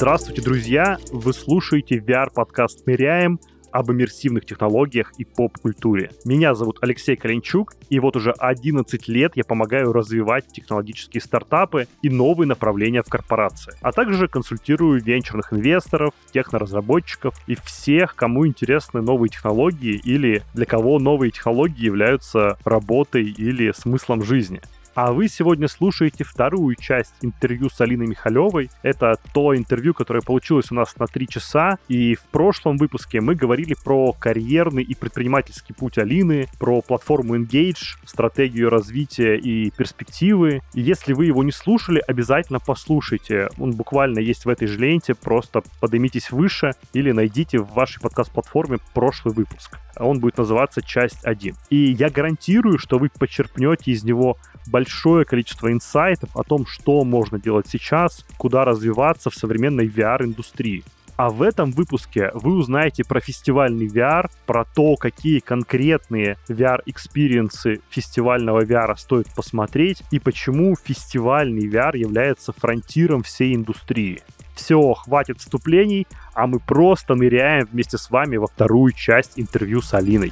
Здравствуйте, друзья! Вы слушаете VR-подкаст «Ныряем» об иммерсивных технологиях и поп-культуре. Меня зовут Алексей Коленчук, и вот уже 11 лет я помогаю развивать технологические стартапы и новые направления в корпорации, а также консультирую венчурных инвесторов, техноразработчиков и всех, кому интересны новые технологии или для кого новые технологии являются работой или смыслом жизни. А вы сегодня слушаете вторую часть интервью с Алиной Михалевой. Это то интервью, которое получилось у нас на 3 часа. И в прошлом выпуске мы говорили про карьерный и предпринимательский путь Алины, про платформу Engage, стратегию развития и перспективы. И если вы его не слушали, обязательно послушайте. Он буквально есть в этой же ленте. Просто поднимитесь выше или найдите в вашей подкаст-платформе прошлый выпуск. Он будет называться «Часть 1». И я гарантирую, что вы почерпнете из него большое количество инсайтов о том, что можно делать сейчас, куда развиваться в современной VR-индустрии. А в этом выпуске вы узнаете про фестивальный VR, про то, какие конкретные VR-экспириенсы фестивального VR стоит посмотреть и почему фестивальный VR является фронтиром всей индустрии. Все, хватит вступлений, а мы просто ныряем вместе с вами во вторую часть интервью с Алиной.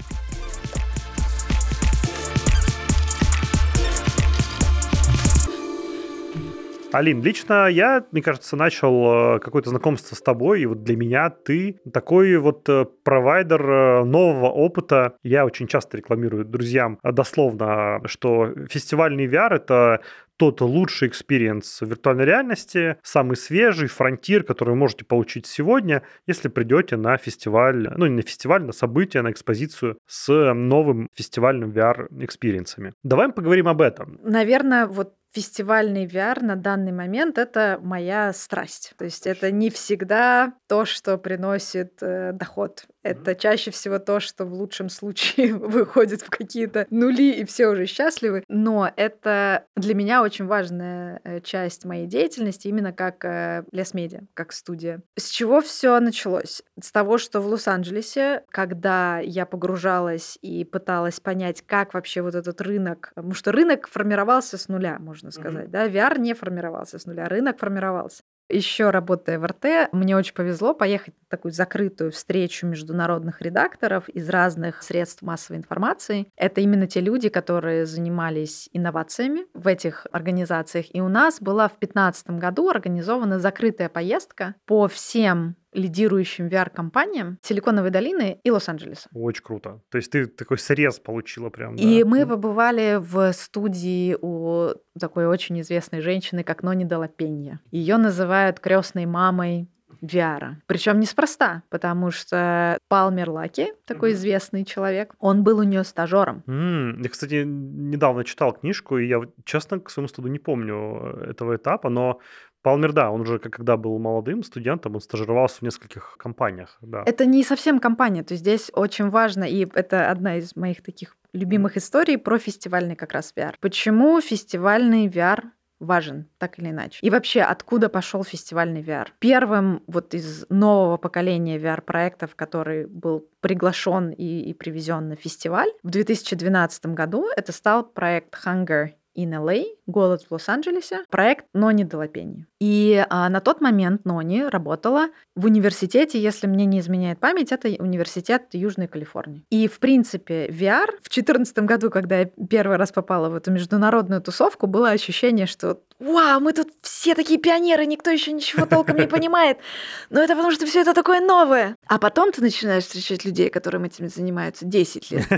Алин, лично я, мне кажется, начал какое-то знакомство с тобой, и вот для меня ты такой вот провайдер нового опыта. Я очень часто рекламирую друзьям дословно, что фестивальный VR — это тот лучший экспириенс виртуальной реальности, самый свежий фронтир, который вы можете получить сегодня, если придете на фестиваль, ну не на фестиваль, на событие, на экспозицию с новым фестивальным VR-экспириенсами. Давай поговорим об этом. Наверное, вот фестивальный VR на данный момент — это моя страсть. То есть это не всегда то, что приносит доход. Это чаще всего то, что в лучшем случае выходит в какие-то нули, и все уже счастливы. Но это для меня очень важная часть моей деятельности, именно как лес-медиа, как студия. С чего все началось? С того, что в Лос-Анджелесе, когда я погружалась и пыталась понять, как вообще вот этот рынок, потому что рынок формировался с нуля, можно сказать, да, VR не формировался с нуля, рынок формировался. Еще работая в РТ, мне очень повезло поехать на такую закрытую встречу международных редакторов из разных средств массовой информации. Это именно те люди, которые занимались инновациями в этих организациях. И у нас была в 2015 году организована закрытая поездка по всем лидирующим VR-компаниям Силиконовой долины и Лос-Анджелеса. Очень круто. То есть ты такой срез получила прям, да? И мы побывали в студии у такой очень известной женщины, как Нони де ла Пенья. Ее называют крестной мамой VR. Причем неспроста, потому что Палмер Лаки, такой известный человек, он был у нее стажером. Я, кстати, недавно читал книжку, и я, честно, к своему стыду не помню этого этапа, но Палмер, да, он уже, когда был молодым студентом, он стажировался в нескольких компаниях, да. Это не совсем компания, то есть здесь очень важно, и это одна из моих таких любимых историй про фестивальный как раз VR. Почему фестивальный VR важен, так или иначе. И вообще, откуда пошел фестивальный VR? Первым вот из нового поколения VR-проектов, который был приглашен и привезен на фестиваль в 2012 году, это стал проект Hunger in LA, «Голод в Лос-Анджелесе», проект Нони де ла Пеньи. И на тот момент Нони работала в университете, если мне не изменяет память, это университет Южной Калифорнии. И, в принципе, VR в 2014 году, когда я первый раз попала в эту международную тусовку, было ощущение, что «Вау, мы тут все такие пионеры, никто еще ничего толком не понимает, но это потому, что все это такое новое». А потом ты начинаешь встречать людей, которым этим занимаются 10 лет,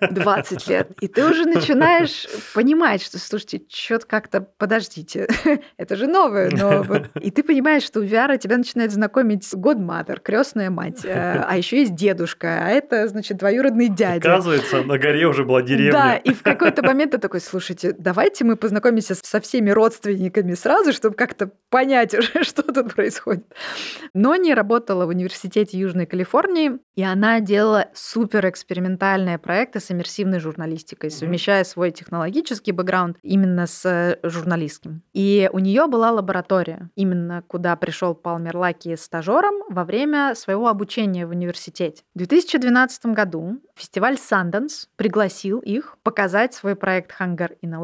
20 лет, и ты уже начинаешь понимать, что, слушайте, что-то как-то, подождите, это же новое, но вот... И ты понимаешь, что у VR тебя начинает знакомить godmother, крестная мать, а еще есть дедушка, а это, значит, двоюродный дядя. Оказывается, на горе уже была деревня. Да, и в какой-то момент ты такой, слушайте, давайте мы познакомимся со всеми родственниками сразу, чтобы как-то понять уже, что тут происходит. Нони работала в университете Южной Калифорнии, и она делала суперэкспериментальные проекты с иммерсивной журналистикой, совмещая свой технологический бэкграунд именно с журналистским. И у нее была лаборатория, именно куда пришел Палмер Лаки стажером во время своего обучения в университете. В 2012 году фестиваль Sundance пригласил их показать свой проект Hunger in LA в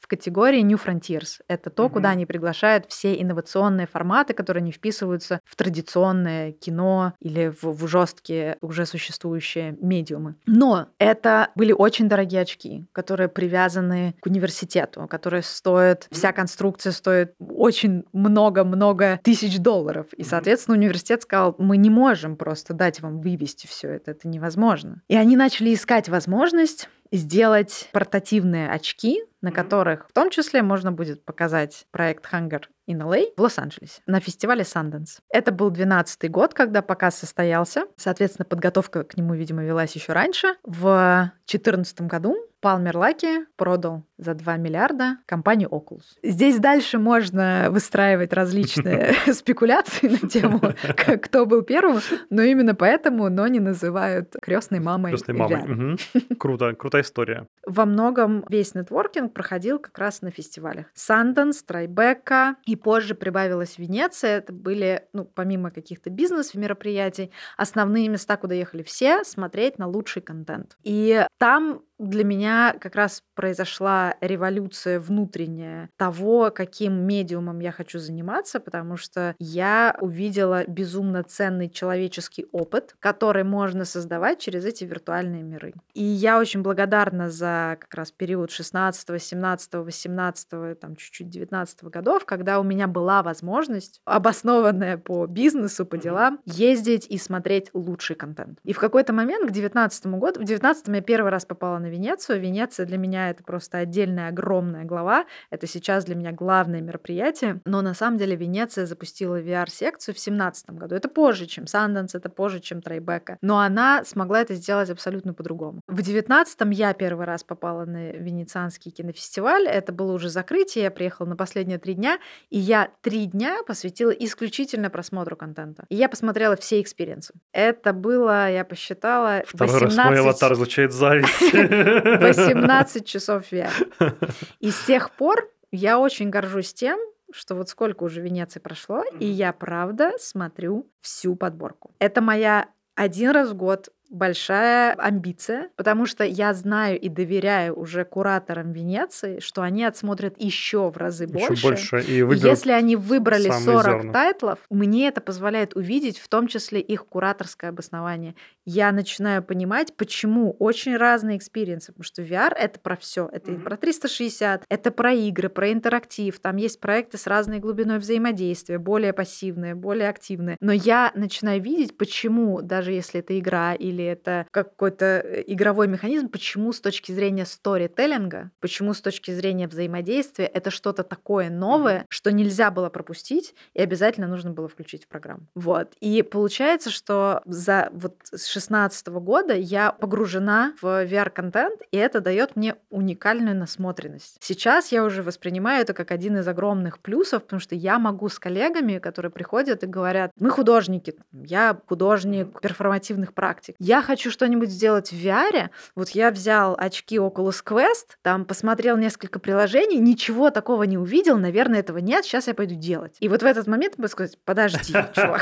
категории New Frontiers. Это то, куда они приглашают все инновационные форматы, которые не вписываются в традиционное кино или в жесткие, уже существующие медиумы. Но это были очень дорогие очки, которые привязаны к университету, которые стоят, вся конструкция стоит очень много-много тысяч долларов. И, соответственно, университет сказал, мы не можем просто дать вам вывести все это невозможно. И они начали искать возможность сделать портативные очки, на которых в том числе можно будет показать проект Hunger in LA в Лос-Анджелесе на фестивале Sundance. Это был 12-й год, когда показ состоялся. Соответственно, подготовка к нему, видимо, велась еще раньше. В 2014 году Palmer Luckey продал за 2 миллиарда компанию Oculus. Здесь дальше можно выстраивать различные спекуляции на тему, кто был первым, но именно поэтому Нони называют крестной мамой VR. Круто, крутая история. Во многом весь нетворкинг проходил как раз на фестивалях. Sundance, Tribeca, и позже прибавилась Венеция. Это были, помимо каких-то бизнес-мероприятий, основные места, куда ехали все, смотреть на лучший контент. И там для меня как раз произошла революция внутренняя того, каким медиумом я хочу заниматься, потому что я увидела безумно ценный человеческий опыт, который можно создавать через эти виртуальные миры. И я очень благодарна за как раз период 16, 17, 18, там чуть-чуть 19 годов, когда у меня была возможность, обоснованная по бизнесу, по делам, ездить и смотреть лучший контент. И в какой-то момент к 19 году, в 19 я первый раз попала на Венецию. Венеция для меня это просто отдельная огромная глава. Это сейчас для меня главное мероприятие. Но на самом деле Венеция запустила VR-секцию в 17 году. Это позже, чем Sundance, это позже, чем Tribeca. Но она смогла это сделать абсолютно по-другому. В 19-м я первый раз попала на Венецианский кинофестиваль. Это было уже закрытие. Я приехала на последние 3 дня. И я 3 дня посвятила исключительно просмотру контента. И я посмотрела все экспириенсы. Это было, я посчитала, 18... Второй раз мой аватар звучит зависть. 18 часов VR. И с тех пор я очень горжусь тем, что вот сколько уже Венеции прошло, и я, правда, смотрю всю подборку. Это моя 1 раз в год большая амбиция, потому что я знаю и доверяю уже кураторам Венеции, что они отсмотрят еще в разы больше. И выберут если они выбрали 40 зерна. тайтлов, мне это позволяет увидеть в том числе их кураторское обоснование. Я начинаю понимать, почему очень разные экспириенсы, потому что VR — это про все. Это и про 360, это про игры, про интерактив. Там есть проекты с разной глубиной взаимодействия, более пассивные, более активные. Но я начинаю видеть, почему, даже если это игра или это какой-то игровой механизм, почему с точки зрения сторителлинга, почему с точки зрения взаимодействия это что-то такое новое, что нельзя было пропустить и обязательно нужно было включить в программу. Вот. И получается, что с 16 года я погружена в VR-контент, и это дает мне уникальную насмотренность. Сейчас я уже воспринимаю это как один из огромных плюсов, потому что я могу с коллегами, которые приходят и говорят, мы художники, я художник перформативных практик, я хочу что-нибудь сделать в VR. Вот я взял очки Oculus Quest, там посмотрел несколько приложений, ничего такого не увидел, наверное, этого нет, сейчас я пойду делать. И вот в этот момент я буду сказать, подожди, чувак,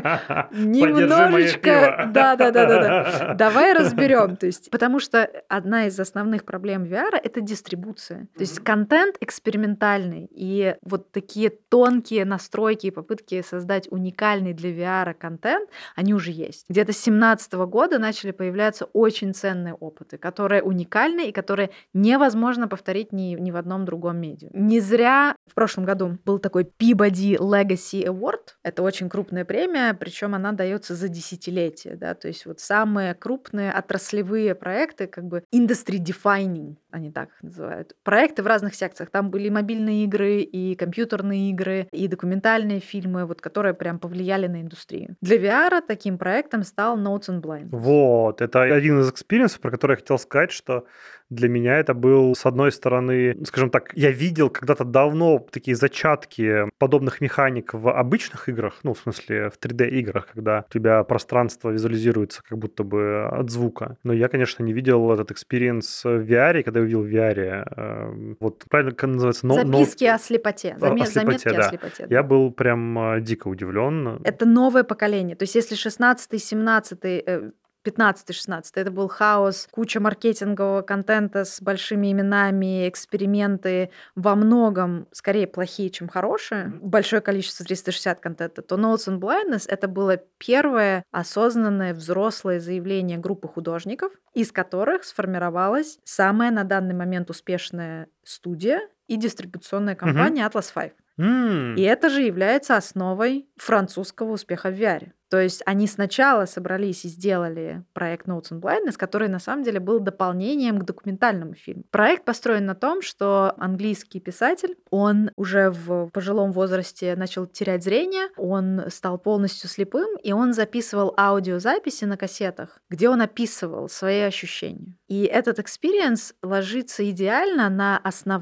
немножечко... Да. Давай разберем. То есть, потому что одна из основных проблем VR — это дистрибуция. То есть контент экспериментальный, и вот такие тонкие настройки и попытки создать уникальный для VR контент, они уже есть. Где-то с 2017 года начали появляться очень ценные опыты, которые уникальны и которые невозможно повторить ни в одном другом медиа. Не зря в прошлом году был такой Peabody Legacy Award. Это очень крупная премия, причем она дается за десятилетие. Да? То есть вот самые крупные отраслевые проекты, как бы industry defining, они так их называют. Проекты в разных секциях. Там были и мобильные игры, и компьютерные игры, и документальные фильмы, вот, которые прям повлияли на индустрию. Для VR таким проектом стал Notes on Blind. Вот, это один из экспириенсов, про который я хотел сказать, что для меня это был, с одной стороны, скажем так, я видел когда-то давно такие зачатки подобных механик в обычных играх, в смысле в 3D-играх, когда у тебя пространство визуализируется как будто бы от звука. Но я, конечно, не видел этот экспириенс в VR, когда я увидел в VR, вот правильно как называется? Записки о слепоте. Заметки о слепоте. Я был прям дико удивлен. Это новое поколение. То есть если 16-й, 17-й 15-16. Это был хаос, куча маркетингового контента с большими именами, эксперименты во многом скорее плохие, чем хорошие. Большое количество 360 контента. То Notes on Blindness — это было первое осознанное взрослое заявление группы художников, из которых сформировалась самая на данный момент успешная студия и дистрибуционная компания Atlas V. И это же является основой французского успеха в VR. То есть они сначала собрались и сделали проект Notes on Blindness, который на самом деле был дополнением к документальному фильму. Проект построен на том, что английский писатель, он уже в пожилом возрасте начал терять зрение, он стал полностью слепым, и он записывал аудиозаписи на кассетах, где он описывал свои ощущения. И этот экспириенс ложится идеально на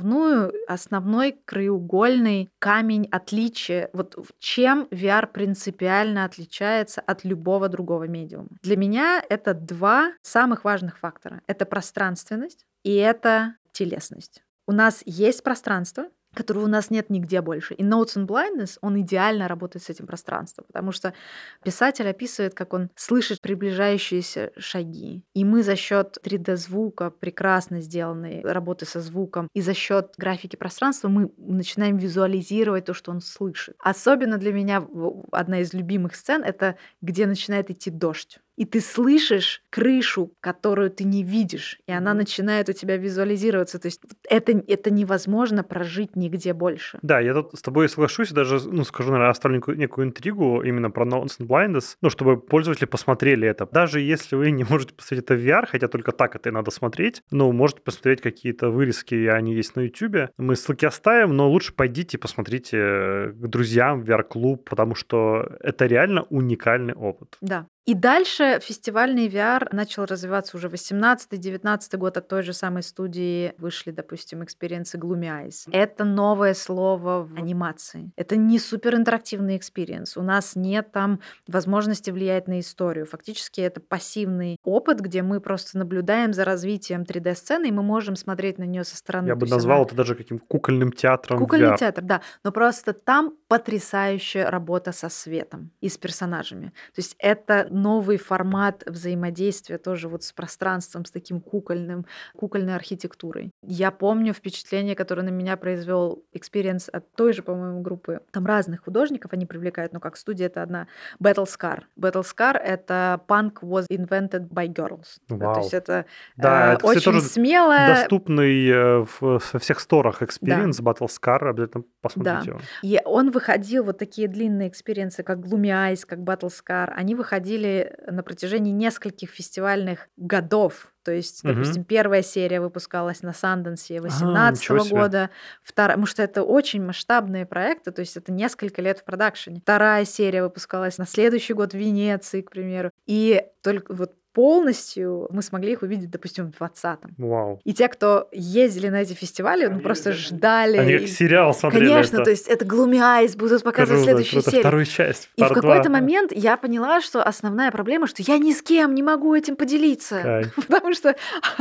основной краеугольный камень отличия. Вот чем VR принципиально отличается от любого другого медиума. Для меня это два самых важных фактора. Это пространственность и это телесность. У нас есть пространство, которого у нас нет нигде больше. И Notes on Blindness, он идеально работает с этим пространством, потому что писатель описывает, как он слышит приближающиеся шаги. И мы за счет 3D-звука, прекрасно сделанной работы со звуком, и за счет графики пространства мы начинаем визуализировать то, что он слышит. Особенно для меня одна из любимых сцен — это где начинает идти дождь. И ты слышишь крышу, которую ты не видишь, и она начинает у тебя визуализироваться. То есть это невозможно прожить нигде больше. Да, я тут с тобой соглашусь, даже, скажу, наверное, оставлю некую интригу именно про Notes on Blindness, чтобы пользователи посмотрели это. Даже если вы не можете посмотреть это в VR, хотя только так это и надо смотреть, можете посмотреть какие-то вырезки, они есть на YouTube. Мы ссылки оставим, но лучше пойдите и посмотрите к друзьям в VR-клуб, потому что это реально уникальный опыт. Да. И дальше фестивальный VR начал развиваться уже 18-19 год. От той же самой студии вышли, допустим, экспириенсы Gloomy Eyes. Это новое слово в анимации. Это не суперинтерактивный экспириенс. У нас нет там возможности влиять на историю. Фактически это пассивный опыт, где мы просто наблюдаем за развитием 3D-сцены, и мы можем смотреть на нее со стороны. Я бы назвал это даже каким кукольным театром. Кукольный театр, да. Но просто там потрясающая работа со светом и с персонажами. То есть это новый формат взаимодействия тоже вот с пространством, с таким кукольной архитектурой. Я помню впечатление, которое на меня произвел экспириенс от той же, по-моему, группы. Там разных художников они привлекают, но как студия это одна. Battle Scar. Battle Scar — это Punk was invented by girls. Вау. То есть это, это очень смело. Доступный во всех сторах экспириенс Battle Scar. Обязательно посмотрите его. И он выходил, вот такие длинные экспириенсы, как Gloomy Eyes, как Battle Scar, они выходили на протяжении нескольких фестивальных годов. То есть, допустим, первая серия выпускалась на Санденсе 2018 года, вторая, потому что это очень масштабные проекты, то есть это несколько лет в продакшене. Вторая серия выпускалась на следующий год в Венеции, к примеру. И только вот полностью мы смогли их увидеть, допустим, в 2020-м. Вау. И те, кто ездили на эти фестивали, просто ждали. Они как сериал смотрели. Конечно, это. То есть это Gloomy Eyes, будут показывать следующую серию. Вторую часть. И в какой-то момент я поняла, что основная проблема, что я ни с кем не могу этим поделиться. Потому что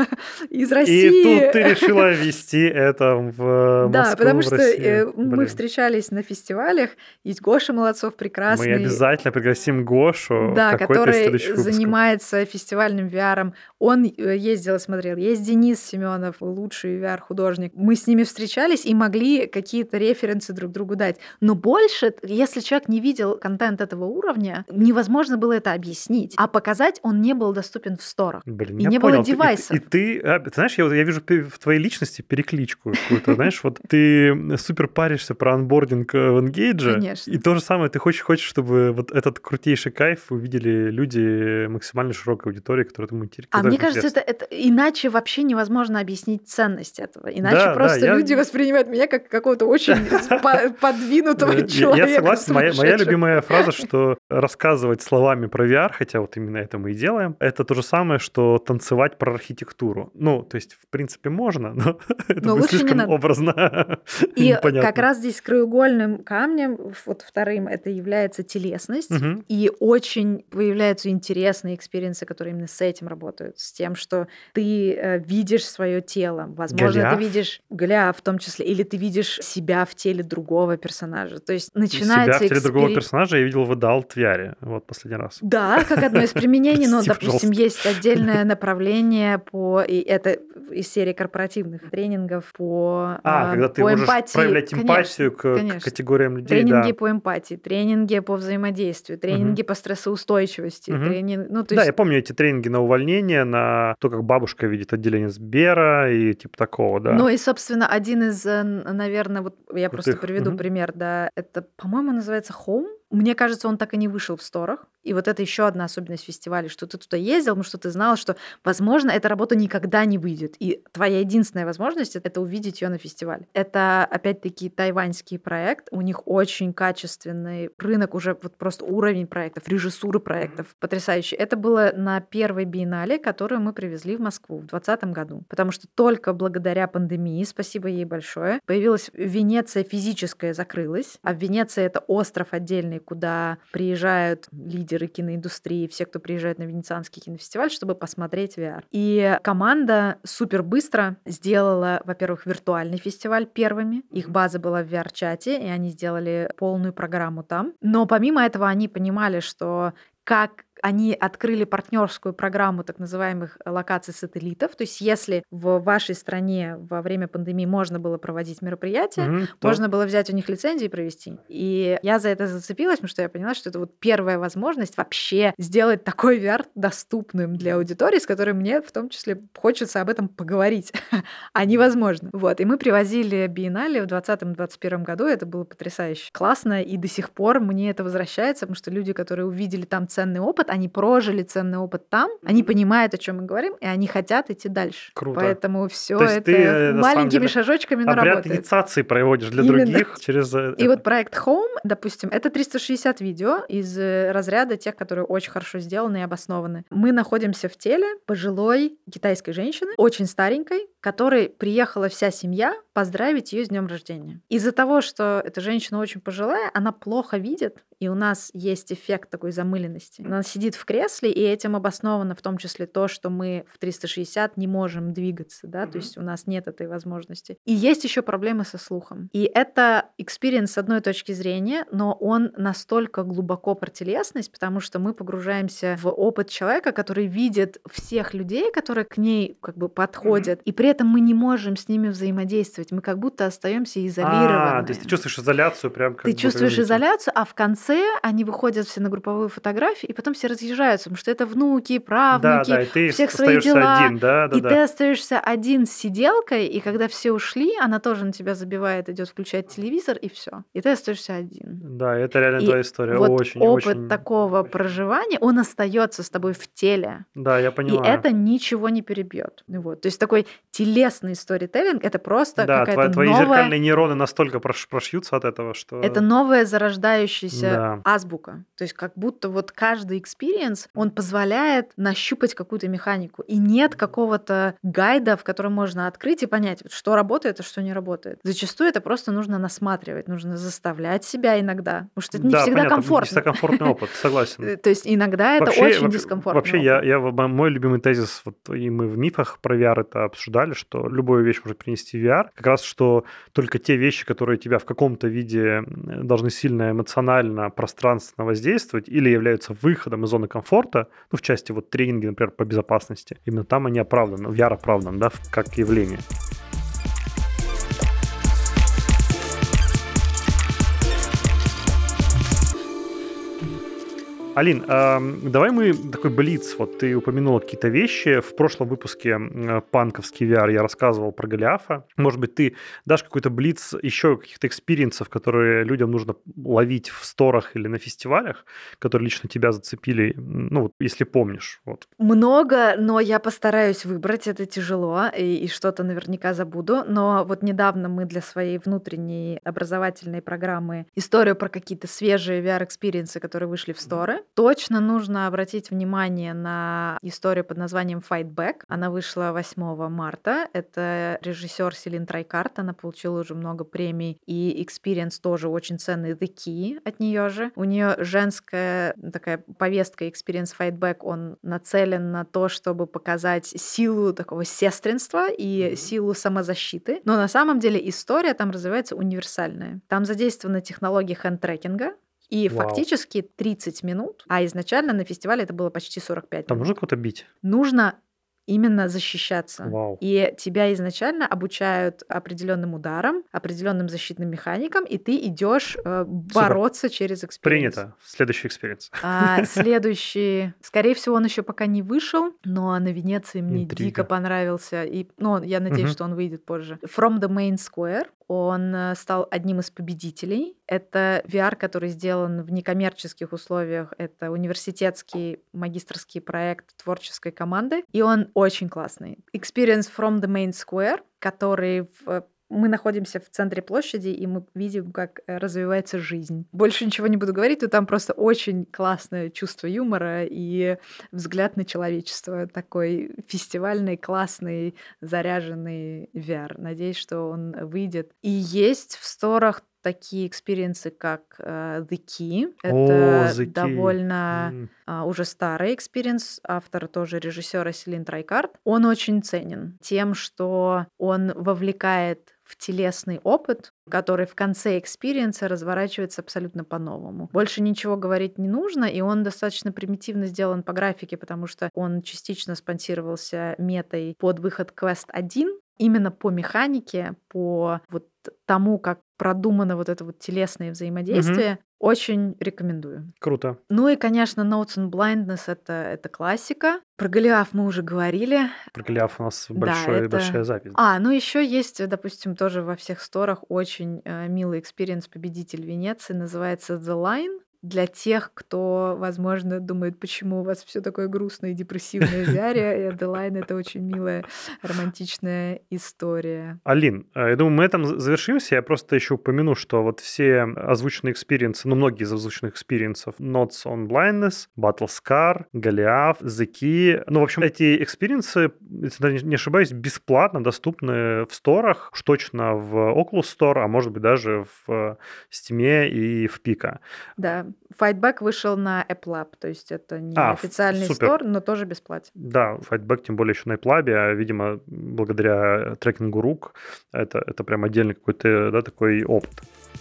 из России... И тут ты решила вести это в Москву, да, потому что мы встречались на фестивалях. Есть Гоша Молодцов прекрасный. Мы обязательно пригласим Гошу, да, который занимается фестивальным VR. Он ездил и смотрел. Есть Денис Семенов, лучший VR-художник. Мы с ними встречались и могли какие-то референсы друг другу дать. Но больше, если человек не видел контент этого уровня, невозможно было это объяснить. А показать он не был доступен в сторах. И не было девайсов. И ты знаешь, я вижу в твоей личности перекличку какую-то. Знаешь, вот ты супер паришься про анбординг в Engage. Конечно. И то же самое ты хочешь, чтобы вот этот крутейший кайф увидели люди максимально широкой аудитории, которая этому интересна. Мне кажется, это иначе вообще невозможно объяснить ценность этого. Иначе просто люди воспринимают меня как какого-то очень подвинутого человека. Я согласен. Моя любимая фраза, что рассказывать словами про VR, хотя вот именно это мы и делаем, это то же самое, что танцевать про архитектуру. То есть, в принципе, можно, но это будет слишком образно. И как раз здесь краеугольным камнем, вторым, это является телесность. И очень появляются интересные экспириенсы, которые которые именно с этим работают, с тем, что ты видишь свое тело. Возможно, Голиаф? ты видишь Голиаф в том числе, или ты видишь себя в теле другого персонажа. То есть Себя начинается в теле другого персонажа я видел в Adult VR, вот последний раз. Да, как одно из применений, но, Прости, допустим, пожалуйста. есть отдельное направление и это из серии корпоративных тренингов Когда ты по можешь эмпатии. проявлять эмпатию к Конечно. категориям людей, Тренинги да. по эмпатии, тренинги по взаимодействию, тренинги по стрессоустойчивости, Мгм. то Да, есть я помню эти тренинги на увольнение, на то, как бабушка видит отделение Сбера и типа такого, да. Ну и, собственно, один из, наверное, вот я просто Крутых. приведу Мгм. пример, да, это, по-моему, называется Home. Мне кажется, он так и не вышел в сторах. И вот это еще одна особенность фестиваля, что ты туда ездил, потому что ты знал, что, возможно, эта работа никогда не выйдет. И твоя единственная возможность — это увидеть ее на фестивале. Это, опять-таки, тайваньский проект. У них очень качественный рынок, уже вот просто уровень проектов, режиссуры проектов потрясающий. Это было на первой биеннале, которую мы привезли в Москву в 2020 году. Потому что только благодаря пандемии, спасибо ей большое, появилась Венеция физическая, закрылась. А в Венеции это остров отдельный, куда приезжают лидеры киноиндустрии, все, кто приезжает на Венецианский кинофестиваль, чтобы посмотреть VR. И команда супер быстро сделала, во-первых, виртуальный фестиваль первыми. Их база была в VR-чате, и они сделали полную программу там. Но помимо этого они понимали, что как они открыли партнерскую программу так называемых локаций-сателлитов. То есть если в вашей стране во время пандемии можно было проводить мероприятия, можно было взять у них лицензию и провести. И я за это зацепилась, потому что я поняла, что это вот первая возможность вообще сделать такой VR доступным для аудитории, с которой мне в том числе хочется об этом поговорить. А невозможно. Вот. И мы привозили биеннале в 2020-2021 году. Это было потрясающе классно. И до сих пор мне это возвращается, потому что люди, которые увидели там ценный опыт, они прожили ценный опыт там, они понимают, о чем мы говорим, и они хотят идти дальше. Круто. Поэтому все То есть это ты, на самом маленькими деле, шажочками, но обряд работает. инициации проводишь для Именно. других через И вот проект Home, допустим, это 360 видео из разряда тех, которые очень хорошо сделаны и обоснованы. Мы находимся в теле пожилой китайской женщины, очень старенькой, которой приехала вся семья поздравить ее с днем рождения. Из-за того, что эта женщина очень пожилая, она плохо видит, и у нас есть эффект такой замыленности. Она сидит в кресле, и этим обосновано в том числе то, что мы в 360 не можем двигаться, да, то есть у нас нет этой возможности. И есть еще проблемы со слухом. И это экспириенс с одной точки зрения, но он настолько глубоко про телесность, потому что мы погружаемся в опыт человека, который видит всех людей, которые к ней как бы подходят, и при этом мы не можем с ними взаимодействовать. Мы как будто остаемся изолированы. То есть ты чувствуешь изоляцию прям как Ты бы чувствуешь зритель. изоляцию, а в конце они выходят все на групповую фотографию, и потом все разъезжаются, потому что это внуки, правнуки, Да, и ты у всех свои остаешься дела. один, да. И ты остаешься один с сиделкой, и когда все ушли, она тоже на тебя забивает, идет включать телевизор, и все. И ты остаешься один. Да, это реально И твоя история. вот Очень, опыт очень. такого проживания, он остается с тобой в теле. Да, я И понимаю. это ничего не перебьет. Вот. То есть такой телесный сторителлинг — это просто Да, какая-то твои новая... зеркальные нейроны настолько прошьются от этого, что... Это новая зарождающаяся Да. азбука. То есть как будто вот каждый экспириенс, он позволяет нащупать какую-то механику. И нет какого-то гайда, в котором можно открыть и понять, вот что работает, а что не работает. Зачастую это просто нужно насматривать, нужно заставлять себя иногда, потому что это не Да, всегда понятно, не комфортно. всегда комфортный опыт, согласен. То есть иногда это очень дискомфортно. Вообще, мой любимый тезис, вот, и мы в мифах про VR это обсуждали, что любую вещь может принести VR, как раз, что только те вещи, которые тебя в каком-то виде должны сильно эмоционально, пространственно воздействовать или являются выходом из зоны комфорта, ну, в части вот тренинги, например, по безопасности, именно там они оправданы, VR оправдан, да, как явление. Алин, давай мы такой блиц. Вот ты упомянула какие-то вещи. В прошлом выпуске «Панковский VR» я рассказывал про Голиафа. Может быть, ты дашь какой-то блиц еще каких-то экспириенсов, которые людям нужно ловить в сторах или на фестивалях, которые лично тебя зацепили, ну, вот, если помнишь. Вот. Много, но я постараюсь выбрать. Это тяжело, и что-то наверняка забуду. Но вот недавно мы для своей внутренней образовательной программы историю про какие-то свежие VR-экспириенсы, которые вышли в сторы, точно нужно обратить внимание на историю под названием Fight Back. Она вышла 8 марта. Это режиссер Селин Трайкарт. Она получила уже много премий. И Experience тоже очень ценный. The Key от нее же. У нее женская такая повестка Experience Fight Back. Он нацелен на то, чтобы показать силу такого сестринства и силу самозащиты. Но на самом деле история там развивается универсальная. Там задействованы технологии хенд-трекинга. И фактически 30 минут, а изначально на фестивале это было почти 45 Там минут. нужно кого-то бить? Нужно именно защищаться. Вау. И тебя изначально обучают определенным ударам, определенным защитным механикам, и ты идешь бороться через экспириенс. Принято. Следующий экспириенс. Следующий, скорее всего, он еще пока не вышел, но на Венеции мне Интрига. дико понравился. И, я надеюсь, что он выйдет позже. From the Main Square. Он стал одним из победителей. Это VR, который сделан в некоммерческих условиях. Это университетский магистерский проект творческой команды. И он очень классный. Experience from the Main Square, который мы находимся в центре площади, и мы видим, как развивается жизнь. Больше ничего не буду говорить, но там просто очень классное чувство юмора и взгляд на человечество. Такой фестивальный, классный, заряженный VR. Надеюсь, что он выйдет. И есть в сторах такие экспириенсы, как The Key. Это The Key. довольно уже старый экспириенс, автор тоже режиссера Селин Трайкарт. Он очень ценен тем, что он вовлекает в телесный опыт, который в конце экспириенса разворачивается абсолютно по-новому. Больше ничего говорить не нужно, и он достаточно примитивно сделан по графике, потому что он частично спонсировался метой под выход Quest 1, именно по механике, по тому, как продумано это телесное взаимодействие. Очень рекомендую. Круто. Ну и, конечно, Notes on Blindness — это классика. Про Голиаф мы уже говорили. Про Голиаф у нас большая запись. Ну еще есть, допустим, тоже во всех сторах очень милый экспириенс победитель Венеции, называется The Line. Для тех, кто, возможно, думает, почему у вас все такое грустное и депрессивное в VR, The Line — это очень милая, романтичная история. Алин, я думаю, мы этом завершимся. Я просто еще упомяну, что все озвученные экспириенсы, многие из озвученных экспириенсов, Notes on Blindness, Battle Scar, Голиаф, The Key. В общем, эти экспириенсы, если не ошибаюсь, бесплатно доступны в сторах, уж точно в Oculus Store, а может быть даже в Steam и в Pico. Да. Fight Back вышел на Apple App, то есть это не официальный стор, но тоже бесплатен. Да, Fight Back тем более еще на Apple, видимо, благодаря трекингу рук, это прям отдельный какой-то такой опыт.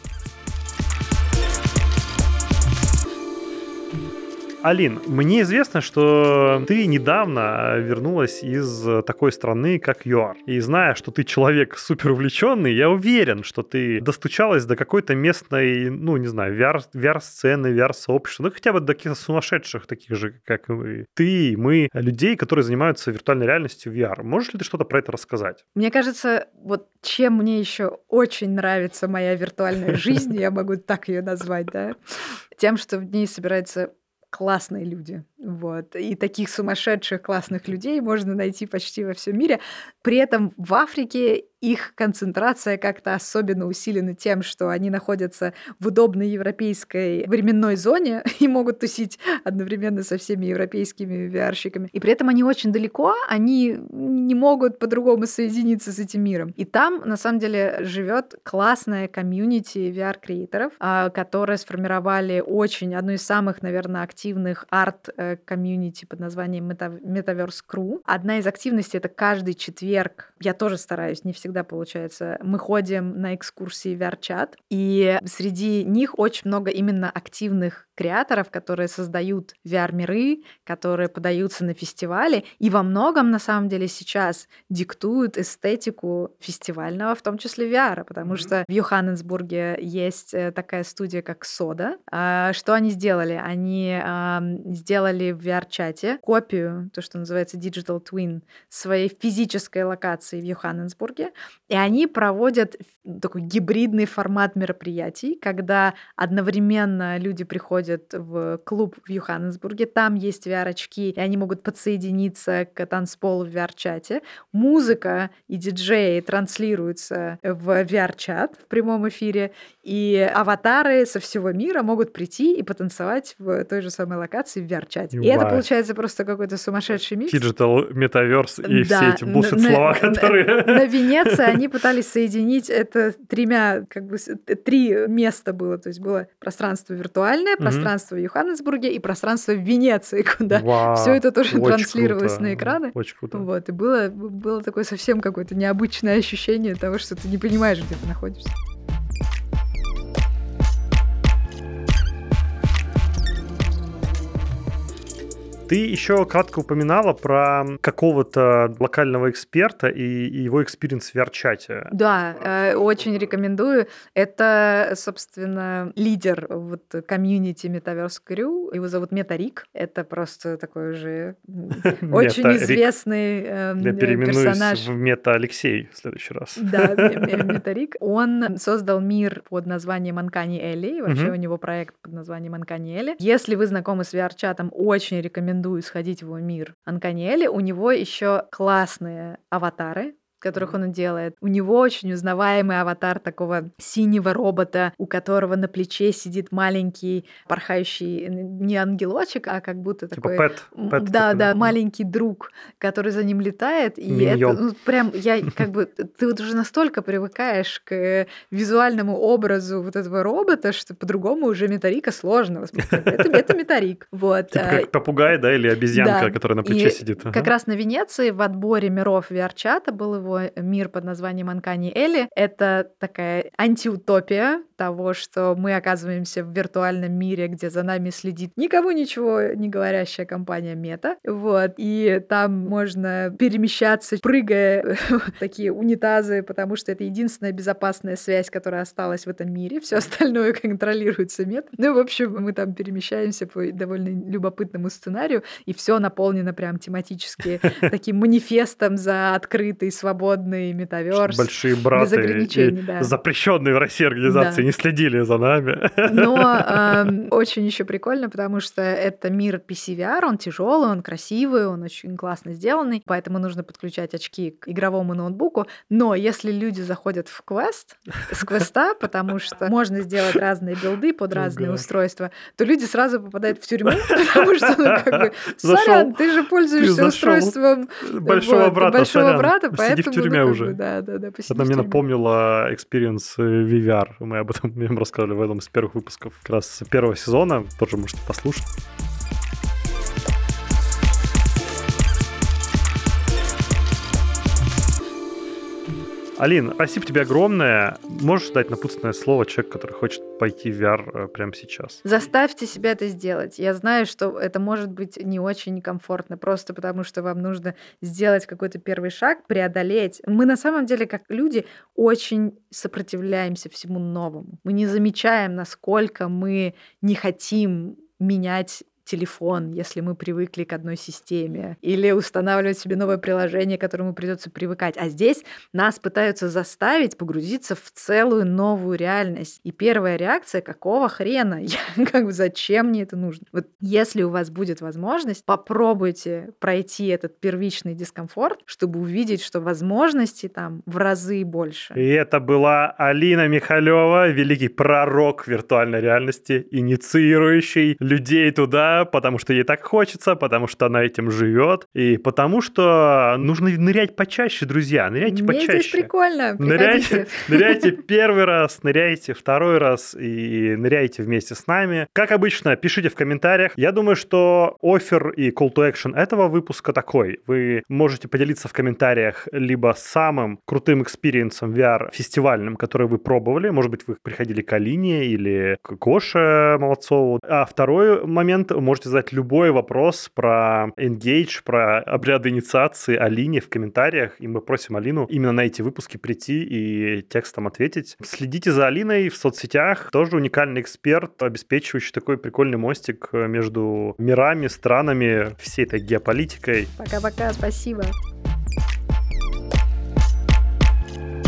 Алин, мне известно, что ты недавно вернулась из такой страны, как ЮАР. И зная, что ты человек супер увлеченный, я уверен, что ты достучалась до какой-то местной, VR-сцены, VR-сообщества, хотя бы до каких-то сумасшедших, таких же, как и ты, и мы, людей, которые занимаются виртуальной реальностью VR. Можешь ли ты что-то про это рассказать? Мне кажется, чем мне еще очень нравится моя виртуальная жизнь, я могу так ее назвать, да, тем, что в ней собирается классные люди. И таких сумасшедших классных людей можно найти почти во всем мире. При этом в Африке их концентрация как-то особенно усилена тем, что они находятся в удобной европейской временной зоне и могут тусить одновременно со всеми европейскими VR-щиками. И при этом они очень далеко, они не могут по-другому соединиться с этим миром. И там, на самом деле, живет классная комьюнити VR-креаторов, которые сформировали одну из самых, наверное, активных арт-комьюнити под названием Metaverse Crew. Одна из активностей — это каждый четверг. Я тоже стараюсь, не всегда получается. Мы ходим на экскурсии в VR-чат, и среди них очень много именно активных креаторов, которые создают VR-миры, которые подаются на фестивали, и во многом, на самом деле, сейчас диктуют эстетику фестивального, в том числе VR, потому что в Йоханнесбурге есть такая студия, как Soda. Что они сделали? Они сделали в VR-чате копию, то, что называется Digital Twin, своей физической локации в Йоханнесбурге, И они проводят такой гибридный формат мероприятий, когда одновременно люди приходят в клуб в Йоханнесбурге, там есть VR-очки, и они могут подсоединиться к танцполу в VR-чате. Музыка и диджеи транслируются в VR-чат в прямом эфире, и аватары со всего мира могут прийти и потанцевать в той же самой локации в VR-чате. И это получается просто какой-то сумасшедший микс. Digital, Metaverse и все эти bullshit-слова, которые... На Венеции они пытались соединить это три места было. То есть было пространство виртуальное, пространство в Йоханнесбурге и пространство в Венеции, куда все это тоже транслировалось на экраны. Очень круто. Вот, и было такое совсем какое-то необычное ощущение того, что ты не понимаешь, где ты находишься. Ты еще кратко упоминала про какого-то локального эксперта и его экспириенс в VR-чате. Да, очень рекомендую. Это, собственно, лидер комьюнити Metaverse Crew. Его зовут Метарик. Это просто такой уже очень известный персонаж. Я переименуюсь в Мета-Алексей в следующий раз. Да, Метарик. Он создал мир под названием Uncanny Alley. Вообще у него проект под названием Uncanny Alley. Если вы знакомы с VR-чатом, очень рекомендую сходить в его мир Uncanny Alley. У него еще классные аватары, которых он делает. У него очень узнаваемый аватар такого синего робота, у которого на плече сидит маленький порхающий не ангелочек, а как будто типа такой... пэт. Да, маленький друг, который за ним летает. И это прям, ты вот уже настолько привыкаешь к визуальному образу вот этого робота, что по-другому уже Метарика сложно воспринимать. Это Метарик. Вот. Типа как попугай, да, или обезьянка, которая на плече сидит. Как раз на Венеции в отборе миров VR-чата был его мир под названием Uncanny Alley. Это такая антиутопия того, что мы оказываемся в виртуальном мире, где за нами следит никому ничего не говорящая компания Мета. Вот. И там можно перемещаться, прыгая в такие унитазы, потому что это единственная безопасная связь, которая осталась в этом мире. Все остальное контролируется Мета. Ну, в общем, мы там перемещаемся по довольно любопытному сценарию, и все наполнено прям тематически таким манифестом за открытый, свободный метаверс. Большие браты без ограничений, да. Запрещенные в России организации не следили за нами. Но очень еще прикольно, потому что это мир PC-VR, он тяжелый, он красивый, он очень классно сделанный, поэтому нужно подключать очки к игровому ноутбуку. Но если люди заходят в квест, с квеста, потому что можно сделать разные билды под разные устройства, то люди сразу попадают в тюрьму, потому что, сорян, ты же пользуешься устройством большого брата, поэтому в тюрьме уже. Да, это мне напомнило экспириенс VR. Мы об этом рассказывали в одном из первых выпусков как раз первого сезона. Тоже можете послушать. Алин, спасибо тебе огромное. Можешь дать напутственное слово человеку, который хочет пойти в VR прямо сейчас? Заставьте себя это сделать. Я знаю, что это может быть не очень комфортно, просто потому что вам нужно сделать какой-то первый шаг, преодолеть. Мы на самом деле, как люди, очень сопротивляемся всему новому. Мы не замечаем, насколько мы не хотим менять телефон, если мы привыкли к одной системе, или устанавливать себе новое приложение, к которому придется привыкать. А здесь нас пытаются заставить погрузиться в целую новую реальность. И первая реакция: какого хрена? Зачем мне это нужно? Вот если у вас будет возможность, попробуйте пройти этот первичный дискомфорт, чтобы увидеть, что возможностей там в разы больше. И это была Алина Михалева, великий пророк виртуальной реальности, инициирующий людей туда, потому что ей так хочется, потому что она этим живет, и потому что нужно нырять почаще, друзья, ныряйте почаще. Мне здесь прикольно. Ныряйте первый раз, ныряйте второй раз и ныряйте вместе с нами. Как обычно, пишите в комментариях. Я думаю, что оффер и call to action этого выпуска такой. Вы можете поделиться в комментариях либо самым крутым экспириенсом VR фестивальным, который вы пробовали. Может быть, вы приходили к Алине или к Гоше Молодцову. А второй момент, можете задать любой вопрос про Engage, про обряды инициации Алине в комментариях, и мы просим Алину именно на эти выпуски прийти и текстом ответить. Следите за Алиной в соцсетях. Тоже уникальный эксперт, обеспечивающий такой прикольный мостик между мирами, странами, всей этой геополитикой. Пока-пока, спасибо.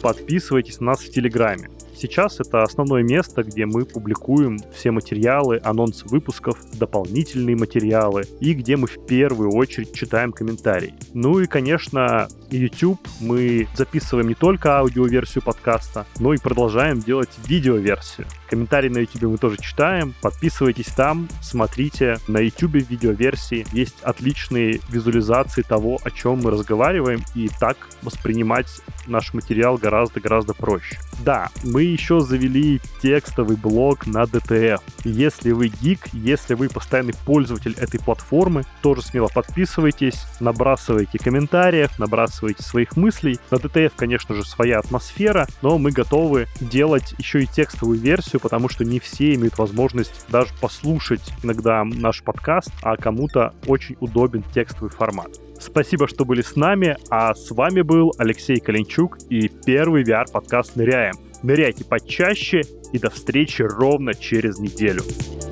подписывайтесь на нас в Телеграме. Сейчас это основное место, где мы публикуем все материалы, анонсы выпусков, дополнительные материалы и где мы в первую очередь читаем комментарии. Ну и, конечно, YouTube. Мы записываем не только аудиоверсию подкаста, но и продолжаем делать видеоверсию. Комментарии на YouTube мы тоже читаем. Подписывайтесь там, смотрите. На YouTube в видеоверсии есть отличные визуализации того, о чем мы разговариваем, и так воспринимать наш материал гораздо проще. Да, мы еще завели текстовый блог на DTF. Если вы гик, если вы постоянный пользователь этой платформы, тоже смело подписывайтесь, набрасывайте комментариев, набрасывайте своих мыслей. На DTF, конечно же, своя атмосфера, но мы готовы делать еще и текстовую версию, потому что не все имеют возможность даже послушать иногда наш подкаст, а кому-то очень удобен текстовый формат. Спасибо, что были с нами, а с вами был Алексей Калинчук и первый VR-подкаст «Ныряем». Ныряйте почаще и до встречи ровно через неделю.